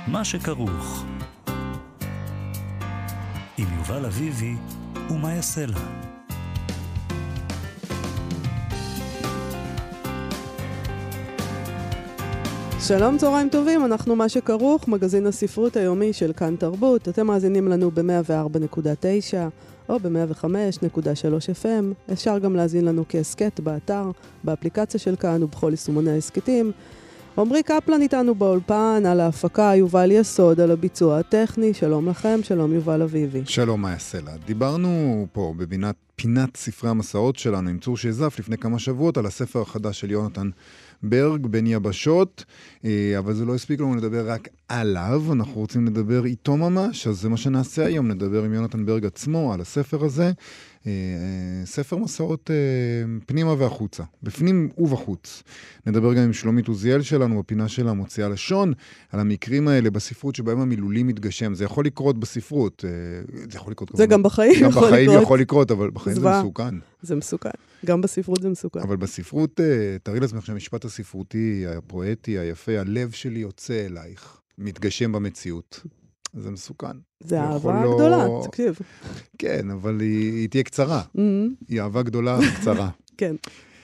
מה שכרוך. עם יובל אביבי ומה יעשה לה. שלום, צהריים טובים, אנחנו מה שכרוך, מגזין הספרות היומי של כאן תרבות. אתם מאזינים לנו ב-104.9 או ב-105.3 FM. אפשר גם להאזין לנו כעסקט באתר, באפליקציה של כאן ובכל יישומוני העסקתים. עמרי קפלן איתנו באולפן, על ההפקה, יובל יסוד, על הביצוע הטכני. שלום לכם, שלום יובל אביבי. שלום, מה יעשה לה. דיברנו פה בפינת ספרי המסעות שלנו עם צור שזף לפני כמה שבועות על הספר החדש של יונתן ברג, בין יבשות, אבל זה לא הספיק לנו לדבר רק עליו, אנחנו רוצים לדבר איתו ממש, אז זה מה שנעשה היום, נדבר עם יונתן ברג עצמו על הספר הזה, ספר מסעות פנימה והחוצה, בפנים ובחוץ. נדבר גם עם שלומית עוזיאל שלנו, בפינה שלה מוציאה לשון, על המקרים האלה בספרות שבהם המילולים מתגשם. זה יכול לקרות בספרות, זה יכול לקרות... זה גם בחיים יכול לקרות. גם בחיים יכול לקרות, אבל בחיים זה מסוכן. זה מסוכן. גם בספרות זה מסוכן. אבל בספרות, תראי לעצמך שהמשפט הספרותי, הפואטי, היפה, הלב שלי יוצא אלייך, מתגשם במציאות. זה מסוכן. זה אהבה גדולה, תקשיב. כן, אבל היא תהיה קצרה. היא אהבה גדולה קצרה. כן.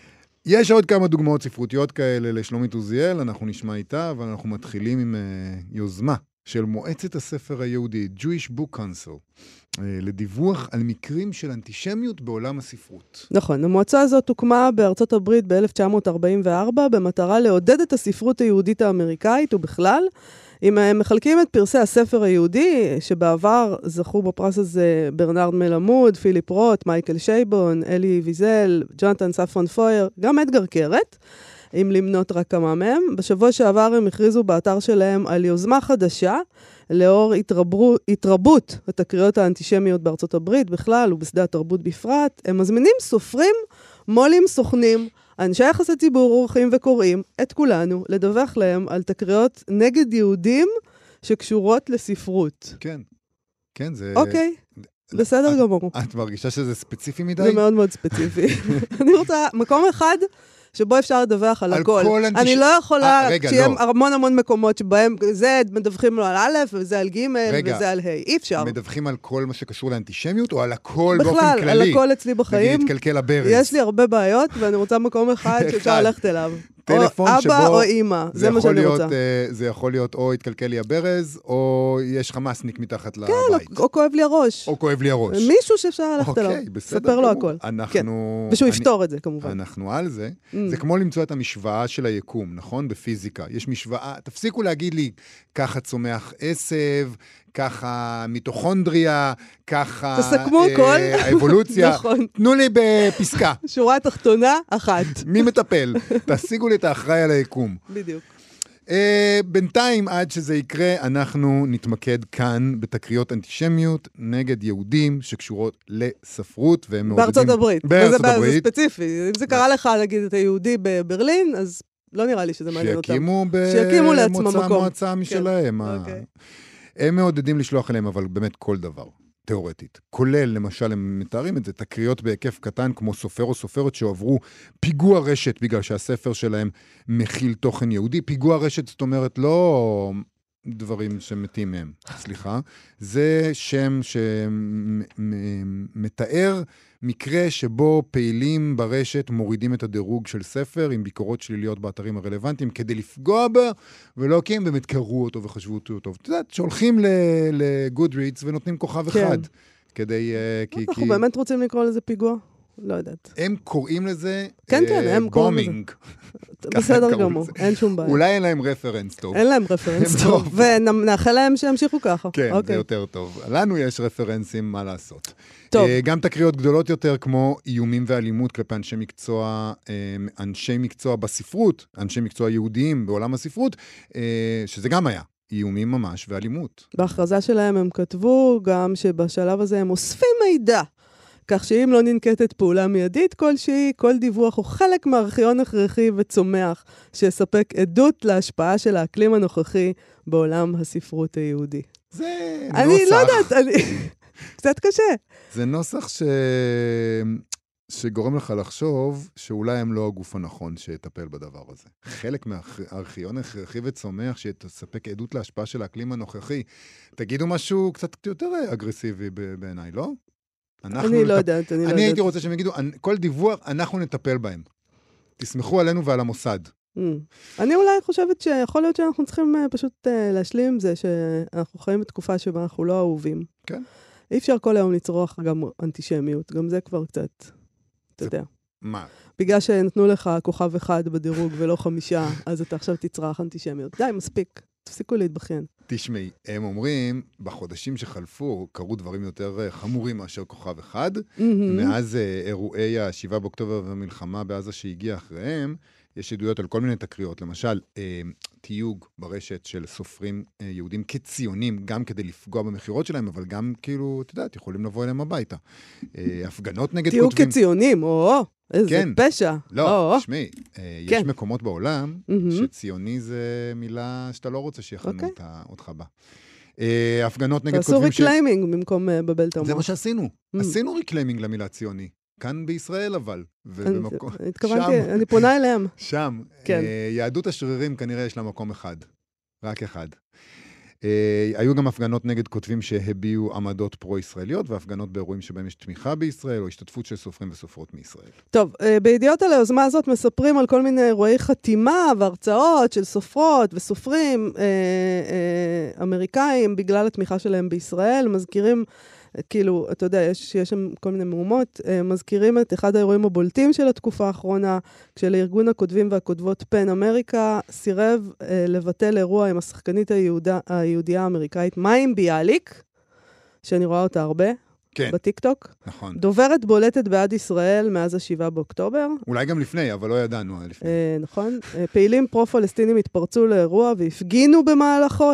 יש עוד כמה דוגמאות ספרותיות כאלה לשלומית עוזיאל, אנחנו נשמע איתה, אבל אנחנו מתחילים עם יוזמה של מועצת הספר היהודי, Jewish Book Council, לדיווח על מקרים של אנטישמיות בעולם הספרות. נכון, המועצה הזאת הוקמה בארצות הברית ב-1944, במטרה לעודד את הספרות היהודית האמריקאית ובכלל, אם הם מחלקים את פרסי הספר היהודי, שבעבר זכו בפרס הזה ברנרד מלמוד, פיליפ רוט, מייקל שייבון, אלי ויזל, ג'ונתן ספרון פויר, גם אדגר קרת, אם למנות רק כמה מהם. בשבוע שעבר הם הכריזו באתר שלהם על יוזמה חדשה, לאור התרבות התקריות האנטישמיות בארצות הברית בכלל ובשדה התרבות בפרט. הם מזמינים סופרים, מולים, סוכנים, אנשי יחסי ציבור, עורכים וקוראים, את כולנו, לדווח להם על תקריות נגד יהודים שקשורות לספרות. כן, כן, זה... אוקיי, בסדר גמור. את מרגישה שזה ספציפי מדי? זה מאוד מאוד ספציפי. אני רוצה מקום אחד שבו אפשר לדווח על הכל. אני לא יכולה, כשיהיה המון המון מקומות שבהם זה מדווחים לו על א' וזה על ג' וזה על ה'. אי אפשר. מדווחים על כל מה שקשור לאנטישמיות או על הכל באופן כללי? בכלל, על הכל אצלי בחיים. נגיד התקלקל הברז. יש לי הרבה בעיות ואני רוצה מקום אחד שאפשר ללכת אליו. או אבא או אמא, זה מה שאני רוצה. זה יכול להיות או התקלקל לי הברז, או יש חמאסניק מתחת לבית. כן, או כואב לי הראש. או כואב לי הראש. מישהו שאפשר ללכת אליו. אוקיי, בסדר. ספר לו הכל. ושהוא יפתור את זה, כמובן. אנחנו על זה. זה כמו למצוא את המשוואה של היקום, נכון? בפיזיקה. יש משוואה, תפסיקו להגיד לי, ככה צומח עשב, ככה מיטוכונדריה, ככה... תסכמו הכל. האבולוציה. נכון. תנו לי בפסקה. שורה תחתונה, אחת. מי מטפל? תשיגו לי את האחראי על היקום. בדיוק. בינתיים, עד שזה יקרה, אנחנו נתמקד כאן בתקריות אנטישמיות נגד יהודים שקשורות לספרות, והם מעודדים... בארצות הברית. בארצות הברית. זה ספציפי. אם זה קרה לך, נגיד, את היהודי בברלין, אז לא נראה לי שזה מעניין אותם. שיקימו לעצמם מקום. מועצה משלהם. הם מעודדים לשלוח אליהם, אבל באמת כל דבר. תיאורטית. כולל, למשל, הם מתארים את זה, תקריות בהיקף קטן, כמו סופר או סופרת שעברו פיגוע רשת, בגלל שהספר שלהם מכיל תוכן יהודי. פיגוע רשת, זאת אומרת, לא דברים שמתים מהם, סליחה. זה שם שמתאר מקרה שבו פעילים ברשת מורידים את הדירוג של ספר עם ביקורות שליליות באתרים הרלוונטיים כדי לפגוע בה, ולא כי הם באמת קראו אותו וחשבו אותו טוב. אתה יודעת, שהולכים לגודרידס ונותנים כוכב אחד. כדי... אנחנו באמת רוצים לקרוא לזה פיגוע? לא יודעת. הם קוראים לזה בומינג. בסדר גמור, אין שום בעיה. אולי אין להם רפרנס טוב. אין להם רפרנס טוב, ונאחל להם שימשיכו ככה. כן, זה יותר טוב. לנו יש רפרנסים, מה לעשות. טוב. גם תקריות גדולות יותר, כמו איומים ואלימות כלפי אנשי מקצוע בספרות, אנשי מקצוע יהודיים בעולם הספרות, שזה גם היה. איומים ממש ואלימות. בהכרזה שלהם הם כתבו גם שבשלב הזה הם אוספים מידע, כך שאם לא ננקטת פעולה מיידית כלשהי, כל דיווח הוא חלק מארכיון הכרחי וצומח, שיספק עדות להשפעה של האקלים הנוכחי בעולם הספרות היהודי. זה אני נוסח... לא יודעת, קצת קשה. זה נוסח שגורם לך לחשוב שאולי הם לא הגוף הנכון שיטפל בדבר הזה. חלק מהארכיון הכרחי וצומח שתספק עדות להשפעה של האקלים הנוכחי. תגידו משהו קצת יותר אגרסיבי בעיניי, לא? אני לא יודעת, אני הייתי רוצה שהם יגידו, כל דיווח, אנחנו נטפל בהם. תסמכו עלינו ועל המוסד. אני אולי חושבת שיכול להיות שאנחנו צריכים פשוט להשלים עם זה, שאנחנו חיים בתקופה שבה אנחנו לא אהובים. כן. אי אפשר כל היום לצרוח גם אנטישמיות, גם זה כבר קצת, אתה יודע. מה? בגלל שנתנו לך כוכב אחד בדירוג ולא 5, אז אתה עכשיו תצרח אנטישמיות. די, מספיק. תפסיקו להתבכיין. תשמעי, הם אומרים, בחודשים שחלפו, קרו דברים יותר חמורים מאשר כוכב אחד, מאז אירועי ה-7 באוקטובר והמלחמה בעזה שהגיעה אחריהם, יש עדויות על כל מיני תקריות, למשל, תיוג ברשת של סופרים יהודים כציונים, גם כדי לפגוע במחירות שלהם, אבל גם כאילו, את יודעת, יכולים לבוא אליהם הביתה. הפגנות נגד כותבים... תיוג כציונים, איזה פשע. לא, תשמעי, יש מקומות בעולם שציוני זה מילה שאתה לא רוצה שיכנו אותך בה. הפגנות נגד כותבים... תעשו ריקליימינג במקום בבל תמות. זה מה שעשינו. עשינו ריקליימינג למילה ציוני. כאן בישראל אבל. התכוונתי, אני פונה אליהם. שם. יהדות השרירים כנראה יש לה מקום אחד. רק אחד. היו גם הפגנות נגד כותבים שהביעו עמדות פרו-ישראליות, והפגנות באירועים שבהם יש תמיכה בישראל, או השתתפות של סופרים וסופרות מישראל. טוב, בידיעות על היוזמה הזאת מספרים על כל מיני אירועי חתימה והרצאות של סופרות וסופרים אמריקאים, בגלל התמיכה שלהם בישראל, מזכירים כאילו, אתה יודע, יש שם כל מיני מהומות, מזכירים את אחד האירועים הבולטים של התקופה האחרונה, כשלארגון הכותבים והכותבות פן אמריקה סירב לבטל אירוע עם השחקנית היהודייה האמריקאית מים ביאליק, שאני רואה אותה הרבה, כן. בטיקטוק. נכון. דוברת בולטת בעד ישראל מאז ה-7 באוקטובר. אולי גם לפני, אבל לא ידענו לפני. נכון. פעילים פרו-פלסטינים התפרצו לאירוע והפגינו במהלכו,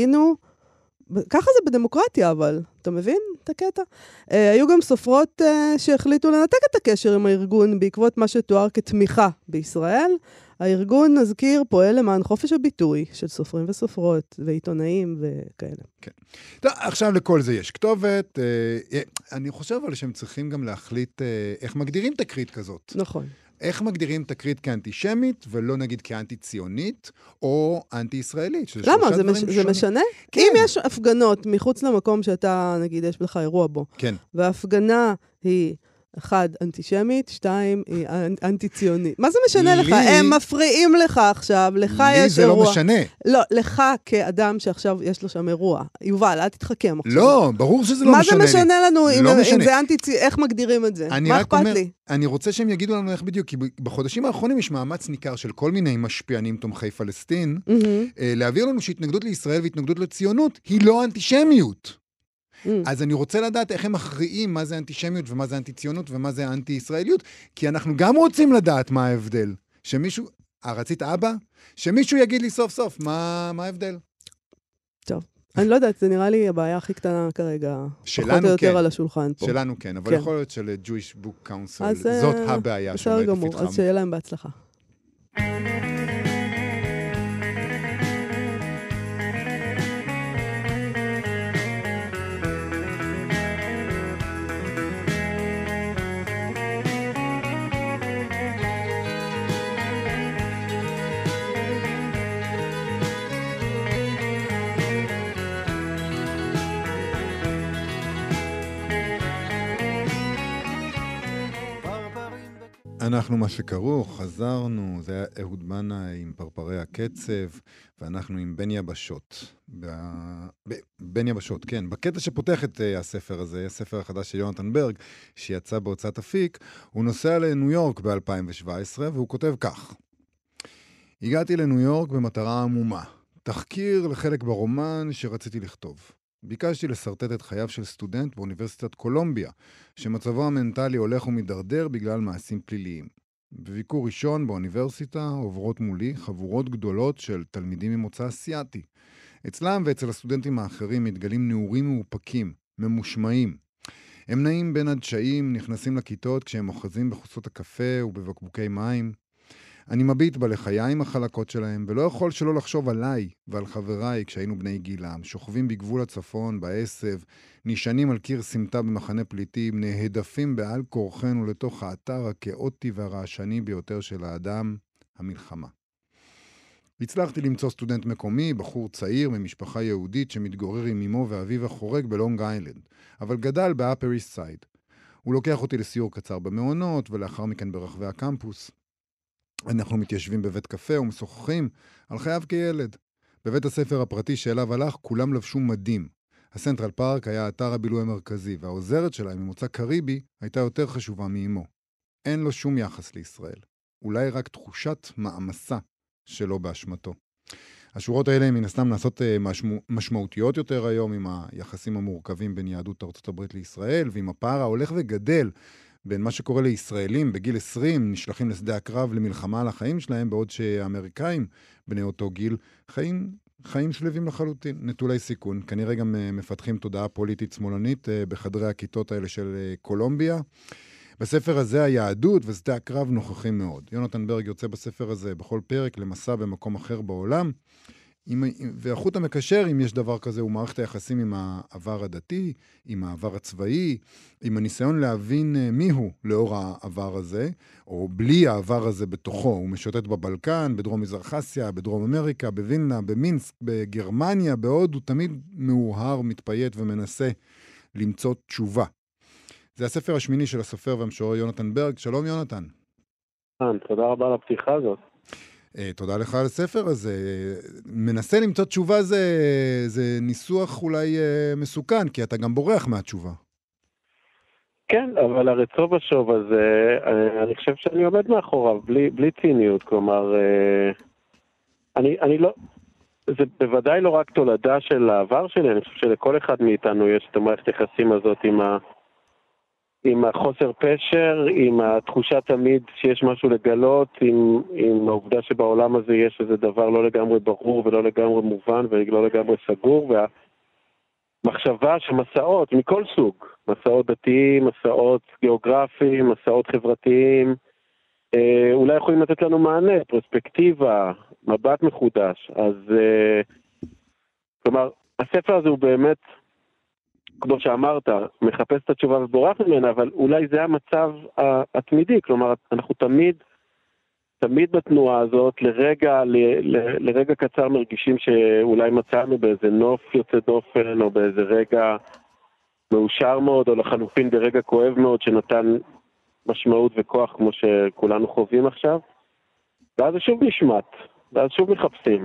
ככה זה בדמוקרטיה, אבל, אתה מבין את הקטע? היו גם סופרות שהחליטו לנתק את הקשר עם הארגון בעקבות מה שתואר כתמיכה בישראל. הארגון, נזכיר, פועל למען חופש הביטוי של סופרים וסופרות ועיתונאים וכאלה. כן. טוב, עכשיו לכל זה יש כתובת. אני חושב אבל שהם צריכים גם להחליט איך מגדירים תקרית כזאת. נכון. איך מגדירים תקרית כאנטישמית, ולא נגיד כאנטי-ציונית, או אנטי-ישראלית? למה? זה משנה? כן. אם יש הפגנות מחוץ למקום שאתה, נגיד, יש לך אירוע בו, כן. וההפגנה היא 1, אנטישמית, 2, היא אנטי-ציונית. מה זה משנה לך? הם מפריעים לך עכשיו, לך יש אירוע. לי זה לא משנה. לא, לך כאדם שעכשיו יש לו שם אירוע. יובל, אל תתחכם עכשיו. לא, ברור שזה לא משנה לי. מה זה משנה לנו אם זה אנטי-ציונית? איך מגדירים את זה? מה אכפת לי? אני רוצה שהם יגידו לנו איך בדיוק, כי בחודשים האחרונים יש מאמץ ניכר של כל מיני משפיענים תומכי פלסטין, להעביר לנו שהתנגדות לישראל והתנגדות לציונות היא לא אנטישמיות. אז אני רוצה לדעת איך הם מכריעים מה זה אנטישמיות ומה זה אנטי-ציונות ומה זה אנטי-ישראליות, כי אנחנו גם רוצים לדעת מה ההבדל. שמישהו, רצית אבא? שמישהו יגיד לי סוף סוף מה ההבדל. טוב. אני לא יודעת, זה נראה לי הבעיה הכי קטנה כרגע. שלנו כן. יותר על השולחן פה. שלנו כן, אבל יכול להיות של Jewish Book Council, זאת הבעיה שעומדת לפתחם. אז שיהיה להם בהצלחה. אנחנו מה שקראו, חזרנו, זה היה אהוד מנה עם פרפרי הקצב, ואנחנו עם בן יבשות. בן יבשות, כן. בקטע שפותח את הספר הזה, הספר החדש של יונתן ברג, שיצא בהוצאת אפיק, הוא נוסע לניו יורק ב-2017, והוא כותב כך: הגעתי לניו יורק במטרה עמומה, תחקיר לחלק ברומן שרציתי לכתוב. ביקשתי לסרטט את חייו של סטודנט באוניברסיטת קולומביה, שמצבו המנטלי הולך ומדרדר בגלל מעשים פליליים. בביקור ראשון באוניברסיטה עוברות מולי חבורות גדולות של תלמידים ממוצא אסיאתי. אצלם ואצל הסטודנטים האחרים מתגלים נעורים מאופקים, ממושמעים. הם נעים בין הדשאים, נכנסים לכיתות כשהם אוחזים בחוסות הקפה ובבקבוקי מים. אני מביט בלחיים החלקות שלהם, ולא יכול שלא לחשוב עליי ועל חבריי כשהיינו בני גילם, שוכבים בגבול הצפון, בעשב, נשענים על קיר סמטה במחנה פליטים, נהדפים בעל כורחנו לתוך האתר הכאוטי והרעשני ביותר של האדם, המלחמה. הצלחתי למצוא סטודנט מקומי, בחור צעיר ממשפחה יהודית שמתגורר עם אמו ואביו החורג בלונג איילנד, אבל גדל באפר איסט סייד. הוא לוקח אותי לסיור קצר במעונות ולאחר מכן ברחבי הקמפוס. אנחנו מתיישבים בבית קפה ומשוחחים על חייו כילד. בבית הספר הפרטי שאליו הלך כולם לבשו מדים. הסנטרל פארק היה אתר הבילוי המרכזי, והעוזרת שלה ממוצא קריבי הייתה יותר חשובה מאמו. אין לו שום יחס לישראל. אולי רק תחושת מעמסה שלא באשמתו. השורות האלה הם מן הסתם נעשות משמעותיות יותר היום עם היחסים המורכבים בין יהדות ארצות הברית לישראל, ועם הפער ההולך וגדל בין מה שקורה לישראלים בגיל 20 נשלחים לשדה הקרב למלחמה על החיים שלהם, בעוד שהאמריקאים בני אותו גיל חיים שלווים לחלוטין, נטולי סיכון. כנראה גם מפתחים תודעה פוליטית שמאלנית בחדרי הכיתות האלה של קולומביה. בספר הזה היהדות ושדה הקרב נוכחים מאוד. יונתן ברג יוצא בספר הזה בכל פרק למסע במקום אחר בעולם, והחוט המקשר, אם יש דבר כזה, הוא מערכת היחסים עם העבר הדתי, עם העבר הצבאי, עם הניסיון להבין מיהו לאור העבר הזה, או בלי העבר הזה בתוכו. הוא משוטט בבלקן, בדרום מזרח אסיה, בדרום אמריקה, בווילנה, במינסק, בגרמניה, בעוד הוא תמיד מאוהר, מתפייט ומנסה למצוא תשובה. זה הספר השמיני של הסופר והמשורר יונתן ברג. שלום יונתן. תודה רבה על הפתיחה הזאת. תודה לך על הספר הזה. מנסה למצוא תשובה זה ניסוח אולי מסוכן, כי אתה גם בורח מהתשובה. כן, אבל הרצוב השוב הזה, אני חושב שאני עומד מאחוריו, בלי ציניות. כלומר, אני לא... זה בוודאי לא רק תולדה של העבר שלי, אני חושב שלכל אחד מאיתנו יש את המערכת היחסים הזאת עם החוסר פשר, עם התחושה תמיד שיש משהו לגלות, עם העובדה שבעולם הזה יש איזה דבר לא לגמרי ברור ולא לגמרי מובן ולא לגמרי סגור, והמחשבה שמסעות מכל סוג, מסעות דתיים, מסעות גיאוגרפיים, מסעות חברתיים, אולי יכולים לתת לנו מענה, פרספקטיבה, מבט מחודש. אז כלומר, הספר הזה הוא באמת, כמו שאמרת, מחפש את התשובה ובורח ממנה, אבל אולי זה המצב התמידי. כלומר, אנחנו תמיד בתנועה הזאת, לרגע קצר מרגישים שאולי מצאנו באיזה נוף יוצא דופן, או באיזה רגע מאושר מאוד, או לחלופין ברגע כואב מאוד, שנתן משמעות וכוח כמו שכולנו חווים עכשיו. ואז זה שוב נשמט, ואז שוב מחפשים.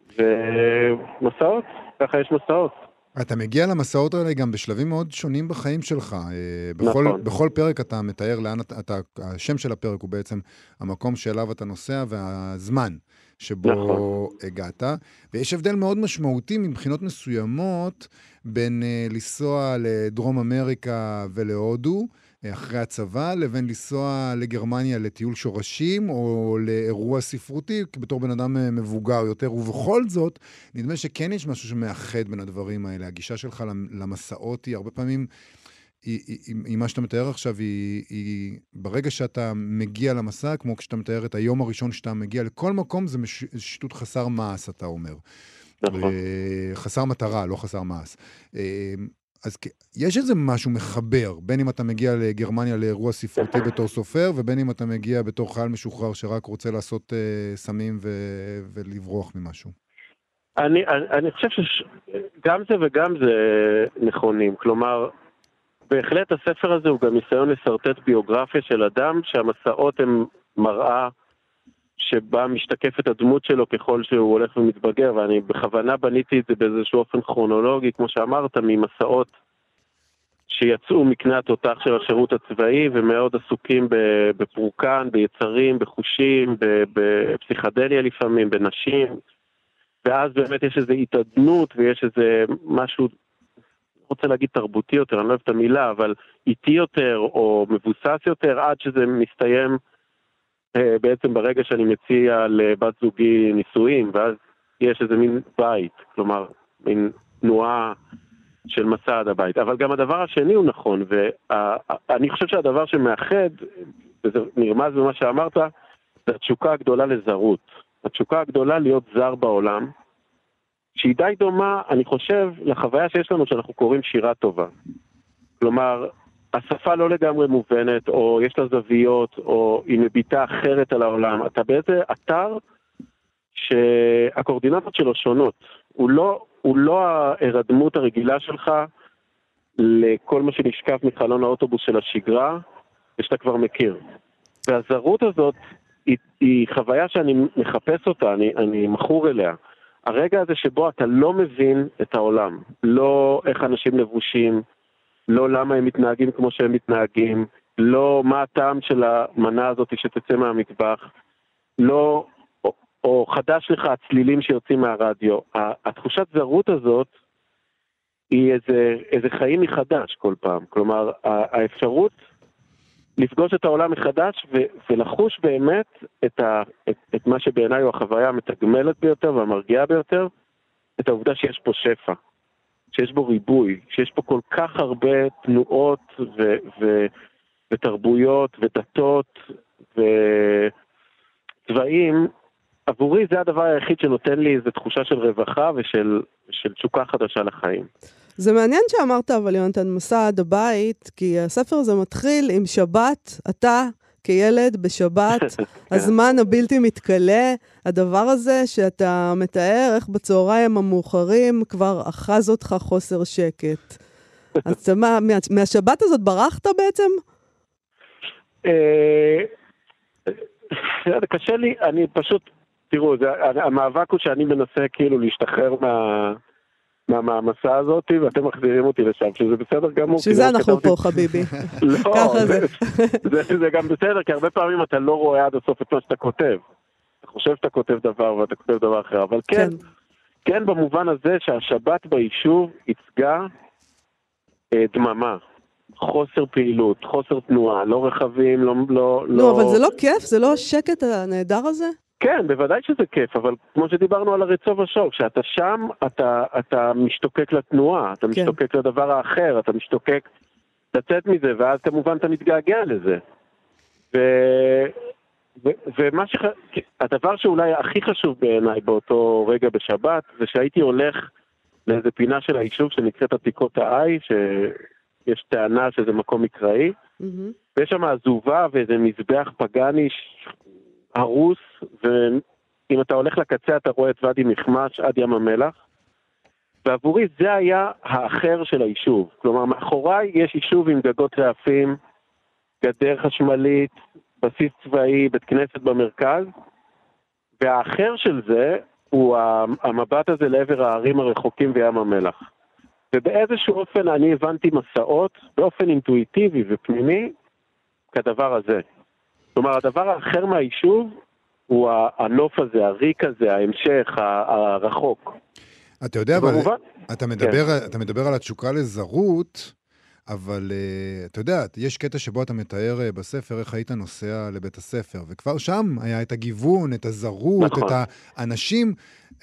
ומסעות, ככה יש מסעות. אתה מגיע למסעות האלה גם בשלבים מאוד שונים בחיים שלך. נכון. בכל פרק אתה מתאר לאן השם של הפרק הוא בעצם המקום שאליו אתה נוסע והזמן שבו נכון. הגעת. ויש הבדל מאוד משמעותי מבחינות מסוימות בין לנסוע לדרום אמריקה ולהודו אחרי הצבא, לבין לנסוע לגרמניה לטיול שורשים או לאירוע ספרותי בתור בן אדם מבוגר יותר, ובכל זאת נדמה שכן יש משהו שמאחד בין הדברים האלה. הגישה שלך למסעות היא הרבה פעמים, היא מה שאתה מתאר עכשיו, היא ברגע שאתה מגיע למסע, כמו כשאתה מתאר את היום הראשון שאתה מגיע לכל מקום, זה שיטוט חסר מעש, אתה אומר. נכון. חסר מטרה, לא חסר מעש. אז יש איזה משהו מחבר, בין אם אתה מגיע לגרמניה לאירוע ספרותי בתור סופר, ובין אם אתה מגיע בתור חייל משוחרר שרק רוצה לעשות סמים ולברוח ממשהו. אני חושב שגם זה וגם זה נכונים. כלומר, בהחלט הספר הזה הוא גם ניסיון לסרטט ביוגרפיה של אדם, שהמסעות הם מראה שבה משתקפת הדמות שלו ככל שהוא הולך ומתבגר, ואני בכוונה בניתי את זה באיזשהו אופן כרונולוגי, כמו שאמרת, ממסעות שיצאו מקנה התותח של השירות הצבאי, ומאוד עסוקים בפרוקן, ביצרים, בחושים, בפסיכדליה לפעמים, בנשים, ואז באמת יש איזו התעדנות, ויש איזה משהו, רוצה להגיד תרבותי יותר, אני לא אוהב את המילה, אבל איטי יותר, או מבוסס יותר, עד שזה מסתיים בעצם ברגע שאני מציע לבת זוגי נישואים, ואז יש איזה מין בית, כלומר, מין תנועה של מסע עד הבית. אבל גם הדבר השני הוא נכון, ואני חושב שהדבר שמאחד, וזה נרמז במה שאמרת, זה התשוקה הגדולה לזרות. התשוקה הגדולה להיות זר בעולם, שהיא די דומה, אני חושב, לחוויה שיש לנו שאנחנו קוראים שירה טובה. כלומר, השפה לא לגמרי מובנת, או יש לה זוויות, או היא מביטה אחרת על העולם. אתה באיזה אתר שהקורדינטות שלו שונות. הוא לא ההרדמות הרגילה שלך לכל מה שנשקף מחלון האוטובוס של השגרה, ושאתה כבר מכיר. והזרות הזאת היא חוויה שאני מחפש אותה, אני מכור אליה. הרגע הזה שבו אתה לא מבין את העולם, לא איך אנשים לבושים, לא למה הם מתנהגים כמו שהם מתנהגים, לא מה הטעם של המנה הזאת שתצא מהמטבח, לא, או חדש לך הצלילים שיוצאים מהרדיו. התחושת זרות הזאת היא איזה חיים מחדש כל פעם. כלומר, האפשרות לפגוש את העולם מחדש ולחוש באמת את מה שבעיניי הוא החוויה המתגמלת ביותר והמרגיעה ביותר, את העובדה שיש פה שפע, שיש בו ריבוי, שיש פה כל כך הרבה תנועות ותרבויות ודתות וצבעים. עבורי זה הדבר היחיד שנותן לי איזו תחושה של רווחה ושל תשוקה חדשה לחיים. זה מעניין שאמרת, אבל יונתן, מסע עד הבית, כי הספר הזה מתחיל עם שבת, אתה כילד בשבת, הזמן הבלתי מתקלה, הדבר הזה שאתה מתאר איך בצהריים המאוחרים כבר אחז אותך חוסר שקט. אז מה, מהשבת הזאת ברחת בעצם? קשה לי, אני פשוט, תראו, המאבק הוא שאני מנסה כאילו להשתחרר מהמסע הזאת, ואתם מחזירים אותי לשם, שזה בסדר גמור. שזה אנחנו פה, חביבי. לא, זה גם בסדר, כי הרבה פעמים אתה לא רואה עד הסוף את מה שאתה כותב. אתה חושב שאתה כותב דבר, ואתה כותב דבר אחר, אבל כן במובן הזה שהשבת ביישוב ייצגה דממה, חוסר פעילות, חוסר תנועה, לא רכבים, לא... אבל זה לא כיף? זה לא השקט הנהדר הזה? כן, בוודאי שזה כיף, אבל כמו שדיברנו על הרצוב השוק, שאתה שם, אתה משתוקק לתנועה, אתה משתוקק לדבר האחר, אתה משתוקק לצאת מזה, ואז כמובן אתה מתגעגע לזה. הדבר שאולי הכי חשוב בעיניי באותו רגע בשבת, זה שהייתי הולך לאיזה פינה של היישוב שנקראת עתיקות העי, שיש טענה שזה מקום מקראי, ויש שם עזובה ואיזה מזבח פגני הרוס, ואם אתה הולך לקצה אתה רואה את ואדי מחמש עד ים המלח, ועבורי זה היה האחר של היישוב. כלומר, מאחוריי יש יישוב עם גגות רעפים, גדר חשמלית, בסיס צבאי, בית כנסת במרכז, והאחר של זה הוא המבט הזה לעבר הערים הרחוקים וים המלח. ובאיזשהו אופן אני הבנתי מסעות באופן אינטואיטיבי ופנימי כדבר הזה. כלומר, הדבר האחר מהיישוב הוא הנוף הזה, הריק הזה, ההמשך, הרחוק. אתה יודע, אבל אתה מדבר על התשוקה לזרות, אבל אתה יודע, יש קטע שבו אתה מתאר בספר איך היית נוסע לבית הספר, וכבר שם היה את הגיוון, את הזרות, את האנשים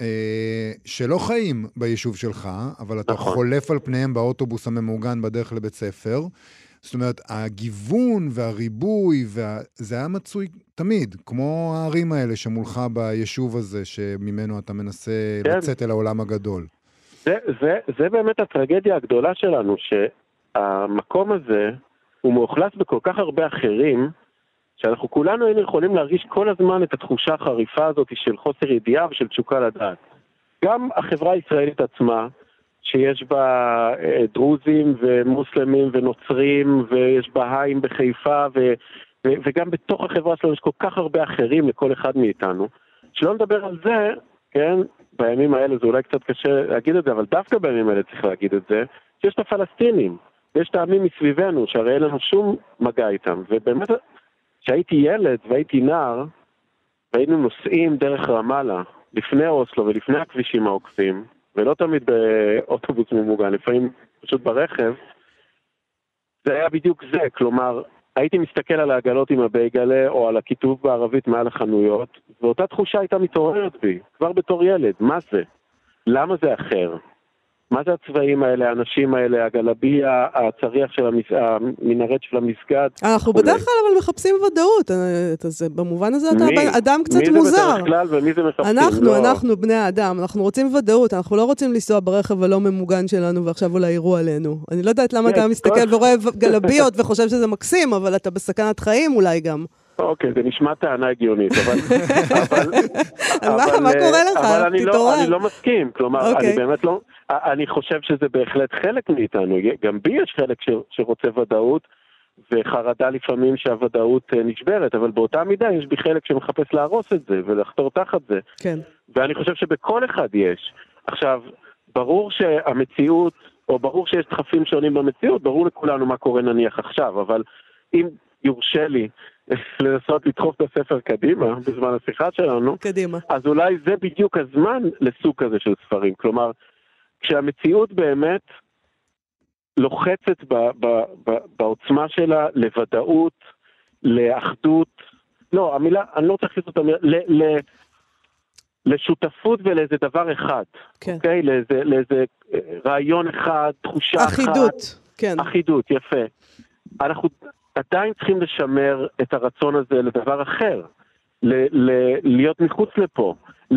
שלא חיים ביישוב שלך, אבל אתה חולף על פניהם באוטובוס הממוגן בדרך לבית ספר. זאת אומרת, הגיוון והריבוי, זה היה מצוי תמיד, כמו הערים האלה שמולך ביישוב הזה, שממנו אתה מנסה לצאת אל העולם הגדול. זה באמת הטרגדיה הגדולה שלנו, שהמקום הזה הוא מאוכלס בכל כך הרבה אחרים, שאנחנו כולנו היינו יכולים להרגיש כל הזמן את התחושה החריפה הזאת של חוסר ידיעה ושל תשוקה לדעת. גם החברה הישראלית עצמה, שיש בה דרוזים ומוסלמים ונוצרים, ויש בהאים בחיפה, וגם בתוך החברה שלנו יש כל כך הרבה אחרים לכל אחד מאיתנו. שלא נדבר על זה, כן, בימים האלה זה אולי קצת קשה להגיד את זה, אבל דווקא בימים האלה צריך להגיד את זה, שיש את הפלסטינים, ויש את העמים מסביבנו, שהרי אין לנו שום מגע איתם. ובאמת, כשהייתי ילד והייתי נער, והיינו נוסעים דרך רמאללה, לפני אוסלו ולפני הכבישים העוקפים, ולא תמיד באוטובוס ממוגן, לפעמים פשוט ברכב, זה היה בדיוק זה. כלומר, הייתי מסתכל על העגלות עם הבייגלה, או על הכיתוב בערבית מעל החנויות, ואותה תחושה הייתה מתעוררת בי, כבר בתור ילד. מה זה? למה זה אחר? מה זה הצבעים האלה, האנשים האלה, הגלביה, הצריח של המנהרת של המסגד? אנחנו בדרך כלל אבל מחפשים ודאות, אז במובן הזה אתה אדם קצת מוזר. מי זה בדרך כלל ומי זה מחפשים? אנחנו בני האדם, אנחנו רוצים ודאות, אנחנו לא רוצים לנסוע ברכב הלא ממוגן שלנו ועכשיו אולי יראו עלינו. אני לא יודעת למה אתה מסתכל ורואה גלביות וחושב שזה מקסים, אבל אתה בסכנת חיים אולי גם. אוקיי, זה נשמע טענה הגיונית, מה קורה לך? אבל אני לא מסכים, כלומר, אני באמת לא, אני חושב שזה בהחלט חלק מאיתנו, גם בי יש חלק שרוצה ודאות, וחרדה לפעמים שהוודאות נשברת, אבל באותה מידה יש בי חלק שמחפש להרוס את זה, ולחתור תחת זה. כן. ואני חושב שבכל אחד יש. עכשיו, ברור שהמציאות, או ברור שיש דחפים שונים במציאות, ברור לכולנו מה קורה נניח עכשיו, אבל אם יורשה לי לנסות לדחוף את הספר קדימה, בזמן השיחה שלנו, קדימה. אז אולי זה בדיוק הזמן לסוג כזה של ספרים. כלומר, כשהמציאות באמת לוחצת בעוצמה שלה לוודאות, לאחדות, לא, המילה, אני לא צריך לעשות את המילה, לשותפות ולאיזה דבר אחד. כן. אוקיי? לאיזה רעיון אחד, תחושה אחת. אחידות, כן. אחידות, יפה. אנחנו עדיין צריכים לשמר את הרצון הזה לדבר אחר, להיות מחוץ לפה,